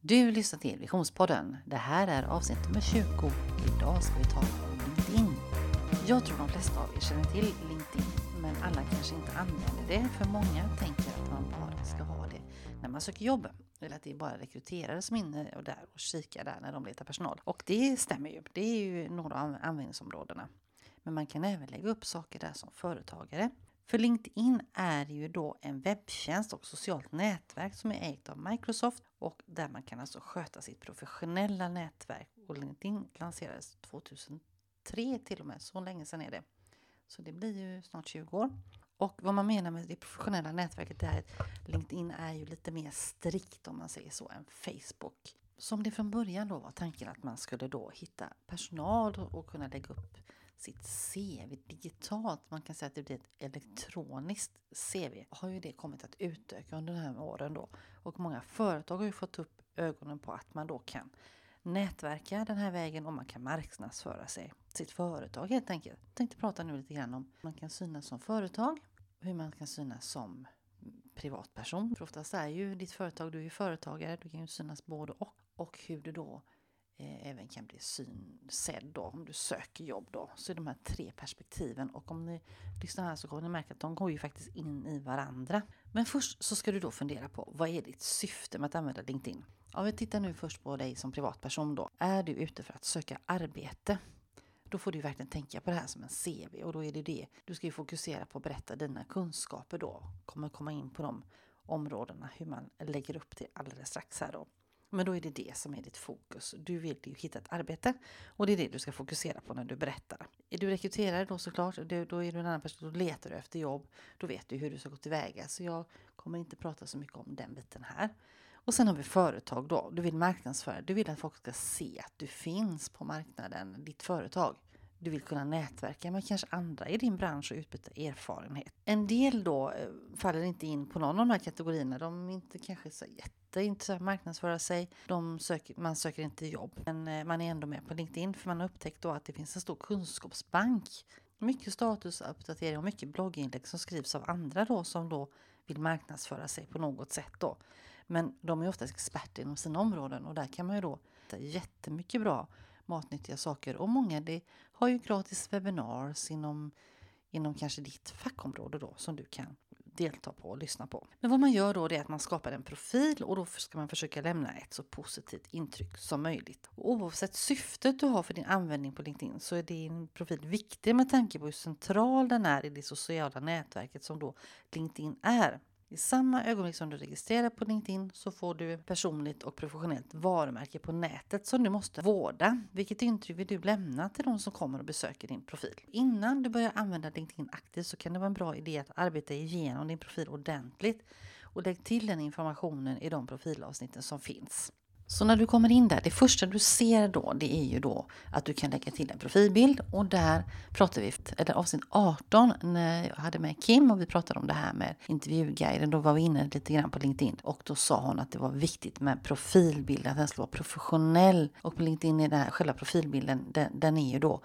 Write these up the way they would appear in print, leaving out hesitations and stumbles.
Du lyssnar till Visionspodden. Det här är avsnitt nummer 20. Idag ska vi tala om LinkedIn. Jag tror de flesta av er känner till LinkedIn, men alla kanske inte använder det. För många tänker att man bara ska ha det när man söker jobb. Eller att det är bara rekryterare som är inne och där och kikar där när de letar personal. Och det stämmer ju. Det är ju några av användningsområdena. Men man kan även lägga upp saker där som företagare. För LinkedIn är ju då en webbtjänst och socialt nätverk som är ägt av Microsoft och där man kan alltså sköta sitt professionella nätverk. Och LinkedIn lanserades 2003 till och med, så länge sedan är det. Så det blir ju snart 20 år. Och vad man menar med det professionella nätverket är att LinkedIn är ju lite mer strikt, om man säger så, än Facebook. Som det från början då var tanken att man skulle då hitta personal och kunna lägga upp sitt CV digitalt. Man kan säga att det blir ett elektroniskt CV. Har ju det kommit att utöka under de här åren då. Och många företag har ju fått upp ögonen på att man då kan nätverka den här vägen och man kan marknadsföra sitt företag helt enkelt. Jag tänkte prata nu lite grann om hur man kan synas som företag, hur man kan synas som privatperson. För oftast är ju ditt företag, du är ju företagare, du kan ju synas både och hur du då även kan bli sedd då om du söker jobb då. Så är de här 3 perspektiven, och om ni lyssnar här så kommer ni märka att de går ju faktiskt in i varandra. Men först så ska du då fundera på, vad är ditt syfte med att använda LinkedIn? Om vi tittar nu först på dig som privatperson då. Är du ute för att söka arbete? Då får du verkligen tänka på det här som en CV, och då är det. Du ska ju fokusera på att berätta dina kunskaper då. Kommer komma in på de områdena, hur man lägger upp det alldeles strax här då. Men då är det som är ditt fokus. Du vill ju hitta ett arbete och det är det du ska fokusera på när du berättar. Är du rekryterare då såklart, då är du en annan person, då letar du efter jobb. Då vet du hur du ska gå tillväga, så jag kommer inte prata så mycket om den biten här. Och sen har vi företag då. Du vill marknadsföra, du vill att folk ska se att du finns på marknaden, ditt företag. Du vill kunna nätverka med kanske andra i din bransch och utbyta erfarenhet. En del då faller inte in på någon av de här kategorierna. De är inte kanske så jätteintresserade att marknadsföra sig. Man söker inte jobb. Men man är ändå med på LinkedIn, för man har upptäckt då att det finns en stor kunskapsbank. Mycket statusuppdatering och mycket blogginlägg som skrivs av andra då som då vill marknadsföra sig på något sätt då. Men de är ofta experter inom sina områden, och där kan man ju då hitta jättemycket bra matnyttiga saker. Och många har ju gratis webinars inom kanske ditt fackområde då, som du kan delta på och lyssna på. Men vad man gör då är att man skapar en profil, och då ska man försöka lämna ett så positivt intryck som möjligt. Och oavsett syftet du har för din användning på LinkedIn så är din profil viktig med tanke på hur central den är i det sociala nätverket som då LinkedIn är. I samma ögonblick som du registrerar på LinkedIn så får du personligt och professionellt varumärke på nätet som du måste vårda. Vilket intryck vill du lämna till de som kommer och besöker din profil? Innan du börjar använda LinkedIn aktivt så kan det vara en bra idé att arbeta igenom din profil ordentligt och lägg till den informationen i de profilavsnitten som finns. Så när du kommer in där, det första du ser då, det är ju då att du kan lägga till en profilbild, och där pratar vi, eller avsnitt 18 när jag hade med Kim och vi pratade om det här med intervjuguiden, då var vi inne lite grann på LinkedIn och då sa hon att det var viktigt med profilbilden, att den ska vara professionell, och på LinkedIn är det här, själva profilbilden, den är ju då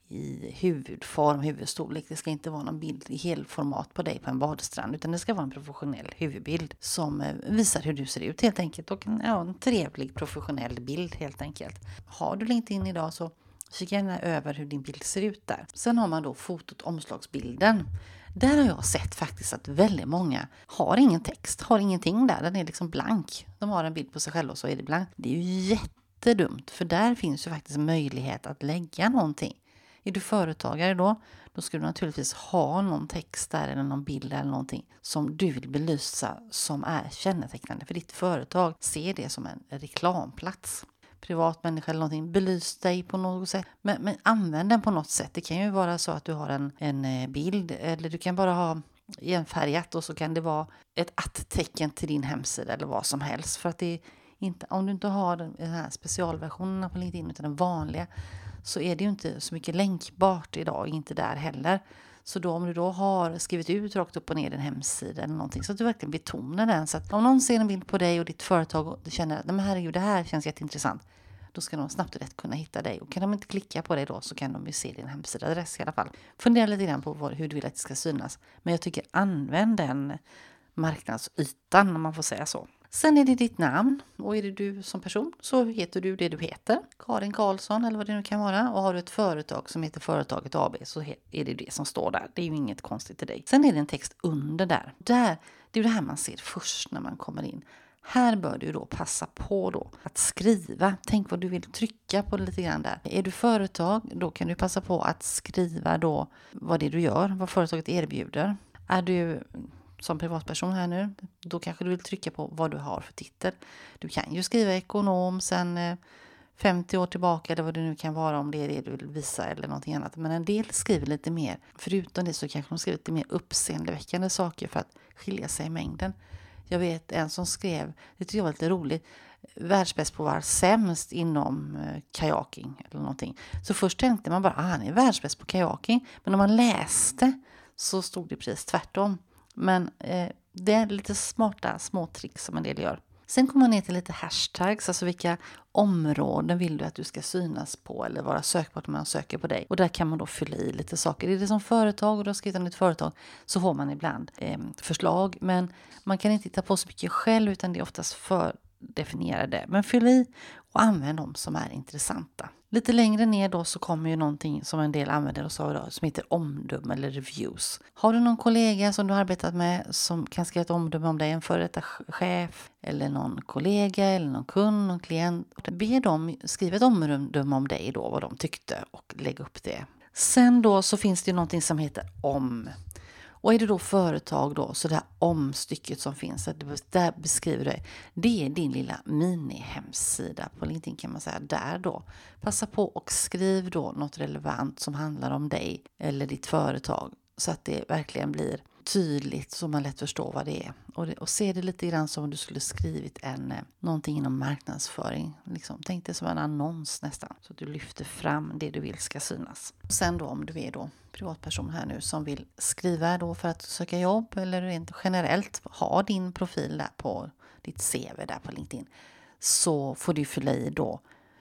i huvudform, huvudstorlek. Det ska inte vara någon bild i helformat på dig på en badstrand, utan det ska vara en professionell huvudbild som visar hur du ser ut helt enkelt, och en trevlig professionell bild helt enkelt. Har du LinkedIn idag så kika gärna över hur din bild ser ut där. Sen har man då fotot, omslagsbilden. Där har jag sett faktiskt att väldigt många har ingen text, har ingenting där, den är liksom blank. De har en bild på sig själva och så är det blank. Det är ju jättedumt, för där finns ju faktiskt möjlighet att lägga någonting. Är du företagare då ska du naturligtvis ha någon text där eller någon bild eller någonting som du vill belysa som är kännetecknande för ditt företag. Se det som en reklamplats. Privat människa eller någonting, belys dig på något sätt. Men använd den på något sätt. Det kan ju vara så att du har en bild, eller du kan bara ha enfärgat och så kan det vara ett att-tecken till din hemsida eller vad som helst. För att det är inte, om du inte har den här specialversionen på LinkedIn utan den vanliga, så är det ju inte så mycket länkbart idag, inte där heller. Så då, om du då har skrivit ut rakt upp och ner din hemsida eller någonting, så att du verkligen betonar den. Så att om någon ser en bild på dig och ditt företag och du känner att det här känns jätteintressant, då ska de snabbt och rätt kunna hitta dig. Och kan de inte klicka på dig då, så kan de ju se din hemsidaadress i alla fall. Fundera lite grann på hur du vill att det ska synas. Men jag tycker använd den marknadsytan, om man får säga så. Sen är det ditt namn och är det du som person så heter du det du heter. Karin Karlsson eller vad det nu kan vara. Och har du ett företag som heter Företaget AB så är det som står där. Det är ju inget konstigt i dig. Sen är det en text under där. Det är ju det här man ser först när man kommer in. Här bör du då passa på då att skriva. Tänk vad du vill trycka på lite grann där. Är du företag då kan du passa på att skriva då vad det är du gör, vad företaget erbjuder. Är du som privatperson här nu, då kanske du vill trycka på vad du har för titel. Du kan ju skriva ekonom sen 50 år tillbaka eller vad det nu kan vara om det är det du vill visa eller någonting annat. Men en del skriver lite mer. Förutom det så kanske de skriver lite mer uppseendeväckande saker för att skilja sig i mängden. Jag vet en som skrev, det tycker jag var lite roligt, världsbäst på att vara sämst inom kajaking eller någonting. Så först tänkte man bara, han är världsbäst på kajaking. Men om man läste så stod det precis tvärtom. Men det är lite smarta små tricks som en del gör. Sen kommer man ner till lite hashtags, alltså vilka områden vill du att du ska synas på eller vara sökbart när man söker på dig. Och där kan man då fylla i lite saker. Är det som företag och du har skrivit om ett företag så får man ibland förslag. Men man kan inte hitta på så mycket själv utan det är oftast fördefinierade. Men fyll i och använd dem som är intressanta. Lite längre ner då så kommer ju någonting som en del använder och så då, som heter omdöme eller reviews. Har du någon kollega som du har arbetat med som kan skriva ett omdöme om dig, en före detta chef eller någon kollega eller någon kund, någon klient. Be dem skriva ett omdöme om dig då, vad de tyckte och lägg upp det. Sen då så finns det ju någonting som heter om. Och är det då företag då, så det här omstycket som finns, där beskriver du det är din lilla mini-hemsida på LinkedIn kan man säga. Där då, passa på och skriv då något relevant som handlar om dig eller ditt företag så att det verkligen blir tydligt så man lätt förstår vad det är. Och se det lite grann som om du skulle skrivit någonting inom marknadsföring. Liksom, tänk det som en annons nästan. Så att du lyfter fram det du vill ska synas. Sen då om du är då privatperson här nu som vill skriva då för att söka jobb eller rent generellt ha din profil där på ditt CV där på LinkedIn. Så får du fylla i då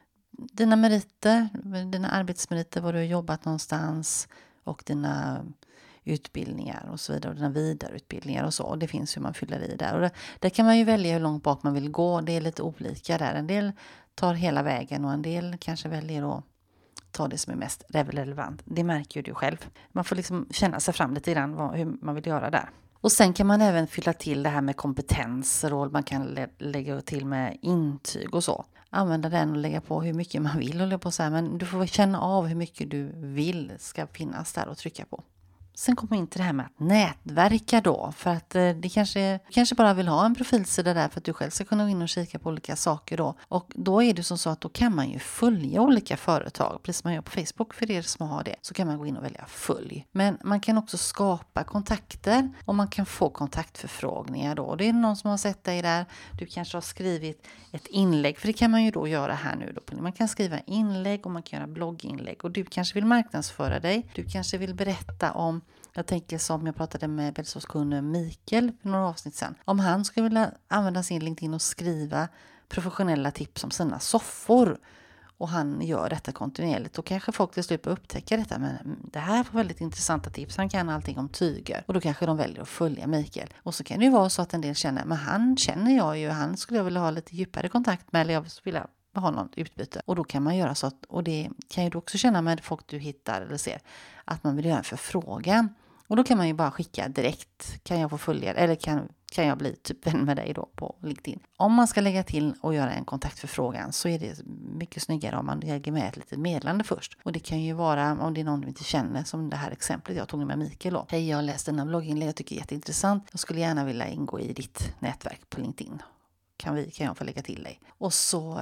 dina meriter, dina arbetsmeriter, var du har jobbat någonstans och dina utbildningar och så vidare och dina vidareutbildningar och så. Och det finns hur man fyller i där. Och där kan man ju välja hur långt bak man vill gå. Det är lite olika där. En del tar hela vägen och en del kanske väljer att ta det som är mest relevant. Det märker ju du själv. Man får liksom känna sig fram lite grann hur man vill göra där. Och sen kan man även fylla till det här med kompetenser och man kan lägga till med intyg och så. Använda den och lägga på hur mycket man vill hålla på så här, men du får känna av hur mycket du vill ska finnas där och trycka på. Sen kommer in till det här med att nätverka då. För att det kanske bara vill ha en profilsida där för att du själv ska kunna gå in och kika på olika saker då. Och då är det som så att då kan man ju följa olika företag. Precis som man gör på Facebook för er som har det. Så kan man gå in och välja följ. Men man kan också skapa kontakter och man kan få kontaktförfrågningar då. Och det är någon som har sett dig där. Du kanske har skrivit ett inlägg. För det kan man ju då göra här nu då. Man kan skriva inlägg och man kan göra blogginlägg. Och du kanske vill marknadsföra dig. Du kanske vill berätta om. Jag tänker som jag pratade med välsåskunden Mikael för några avsnitt sedan. Om han skulle vilja använda sin LinkedIn och skriva professionella tips om sina soffor och han gör detta kontinuerligt, då kanske folk till slut upptäcker detta. Men det här var väldigt intressanta tips. Han kan allting om tyger och då kanske de väljer att följa Mikael. Och så kan det ju vara så att en del känner, men han känner jag ju, han skulle jag vilja ha lite djupare kontakt med eller jag vill ha något utbyte. Och då kan man göra så att, och det kan ju du också känna med folk du hittar eller ser, att man vill göra en förfrågan. Och då kan man ju bara skicka direkt, kan jag få följa eller kan jag bli typ vän med dig då på LinkedIn. Om man ska lägga till och göra en kontaktförfrågan så är det mycket snyggare om man lägger med ett litet meddelande först. Och det kan ju vara om det är någon du inte känner, som det här exemplet jag tog med Mikael då. Hej, jag har läst den här blogginlägg, jag tycker det är jätteintressant. Jag skulle gärna vilja ingå i ditt nätverk på LinkedIn. Kan jag få lägga till dig? Och så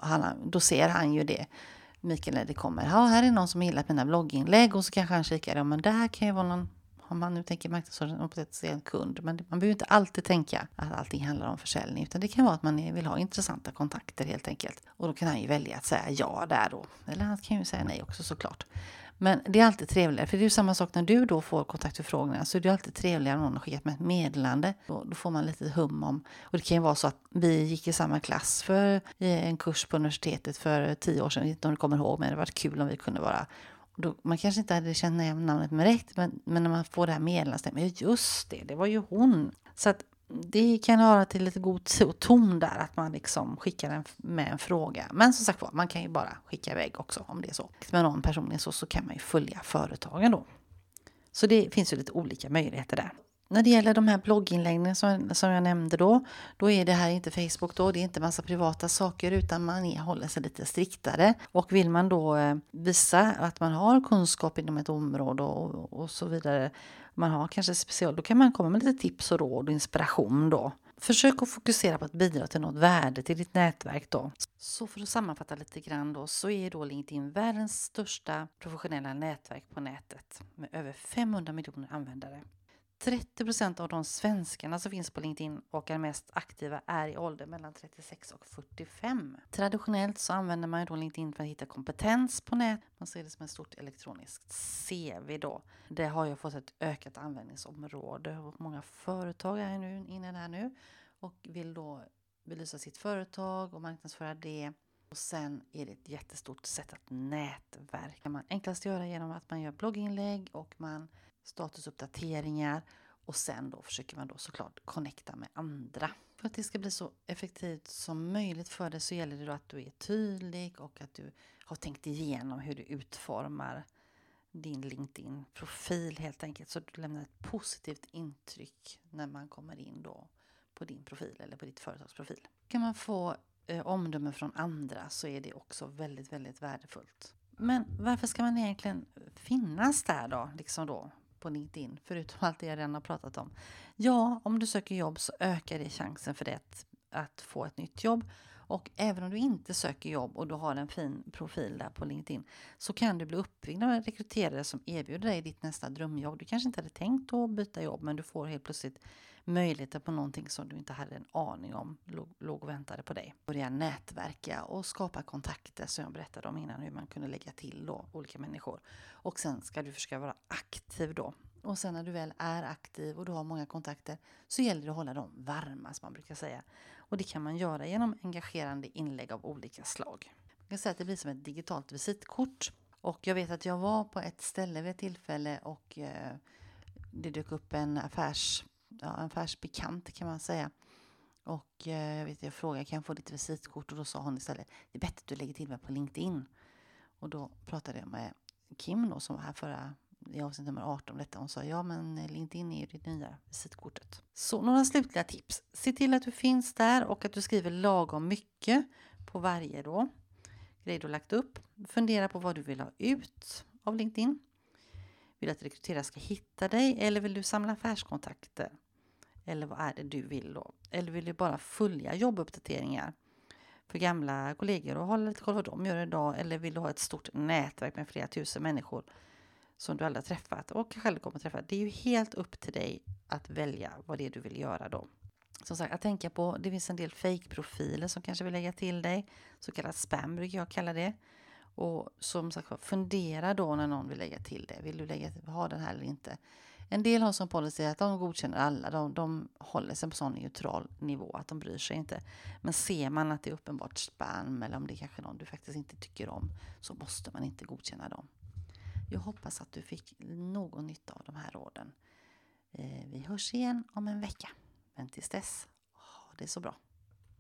då ser han ju det. Mikael när det kommer. Ja, här är någon som gillat mina blogginlägg och så kanske han kikar. Ja, men där kan ju vara någon, om man nu tänker marknadsföring och på ett se en kund. Men man behöver inte alltid tänka att allting handlar om försäljning. Utan det kan vara att man vill ha intressanta kontakter helt enkelt. Och då kan han ju välja att säga ja där då. Eller han kan ju säga nej också såklart. Men det är alltid trevligare, för det är ju samma sak när du då får kontaktförfrågningar, så är det alltid trevligare om någon har skickat med ett meddelande. Då får man lite hum om, och det kan ju vara så att vi gick i samma klass för en kurs på universitetet för 10 år sedan, jag vet inte om du kommer ihåg, men det var kul om vi kunde vara. Man kanske inte hade känt namnet direkt, men när man får det här meddelandet, men just det var ju hon. Så att det kan höra till lite god ton där att man liksom skickar med en fråga. Men som sagt var, man kan ju bara skicka iväg också om det är så. Med någon personligen så kan man ju följa företagen då. Så det finns ju lite olika möjligheter där. När det gäller de här blogginläggen som jag nämnde då är det här inte Facebook då, det är inte massa privata saker utan man håller sig lite striktare. Och vill man då visa att man har kunskap inom ett område och så vidare, man har kanske speciellt, då kan man komma med lite tips och råd och inspiration då. Försök att fokusera på att bidra till något värde till ditt nätverk då. Så för att sammanfatta lite grann då, så är då LinkedIn världens största professionella nätverk på nätet med över 500 miljoner användare. 30% av de svenskarna som finns på LinkedIn och är mest aktiva är i ålder mellan 36 och 45. Traditionellt så använder man ju då LinkedIn för att hitta kompetens på nät. Man ser det som ett stort elektroniskt CV då. Det har ju fått ett ökat användningsområde och många företag är nu inne där nu och vill då belysa sitt företag och marknadsföra det. Och sen är det ett jättestort sätt att nätverka. Man enklast göra genom att man gör blogginlägg och man statusuppdateringar och sen då försöker man då såklart connecta med andra. För att det ska bli så effektivt som möjligt för dig så gäller det då att du är tydlig och att du har tänkt igenom hur du utformar din LinkedIn-profil helt enkelt. Så du lämnar ett positivt intryck när man kommer in då på din profil eller på ditt företagsprofil. Kan man få omdömen från andra så är det också väldigt, väldigt värdefullt. Men varför ska man egentligen finnas där då, liksom då på LinkedIn, förutom allt det jag redan har pratat om? Ja, om du söker jobb så ökar det chansen för dig att få ett nytt jobb. Och även om du inte söker jobb och du har en fin profil där på LinkedIn så kan du bli uppringd av rekryterare som erbjuder dig ditt nästa drömjobb. Du kanske inte hade tänkt att byta jobb men du får helt plötsligt möjligheter på någonting som du inte hade en aning om låg och väntade på dig. Börja nätverka och skapa kontakter som jag berättade om innan hur man kunde lägga till då olika människor. Och sen ska du försöka vara aktiv då. Och sen när du väl är aktiv och du har många kontakter så gäller det att hålla dem varma som man brukar säga. Och det kan man göra genom engagerande inlägg av olika slag. Man kan säga att det blir som ett digitalt visitkort. Och jag vet att jag var på ett ställe vid ett tillfälle och det dök upp en affärsbekant kan man säga. Och jag frågade, kan jag få ditt visitkort? Och då sa hon istället, det är bättre att du lägger till mig på LinkedIn. Och då pratade jag med Kim då, som var här i avsnitt nummer 18 om detta. Hon sa, ja men LinkedIn är ju det nya visitkortet. Så några slutliga tips. Se till att du finns där och att du skriver lagom mycket på varje grej du har lagt upp. Fundera på vad du vill ha ut av LinkedIn. Vill du att rekryterare ska hitta dig eller vill du samla affärskontakter? Eller vad är det du vill då? Eller vill du bara följa jobbuppdateringar för gamla kollegor och hålla lite koll på vad de gör idag? Eller vill du ha ett stort nätverk med flera tusen människor som du aldrig har träffat och kanske aldrig kommer att träffa? Det är ju helt upp till dig att välja vad det är du vill göra då. Som sagt, att tänka på, det finns en del fake-profiler som kanske vill lägga till dig. Så kallat spam brukar jag kalla det. Och som sagt, fundera då när någon vill lägga till det. Vill du ha den här eller inte? En del har som policy att de godkänner alla. De håller sig på sån neutral nivå att de bryr sig inte. Men ser man att det är uppenbart spam eller om det är kanske någon du faktiskt inte tycker om så måste man inte godkänna dem. Jag hoppas att du fick någon nytta av de här råden. Vi hörs igen om en vecka. Men tills dess, ha det så bra.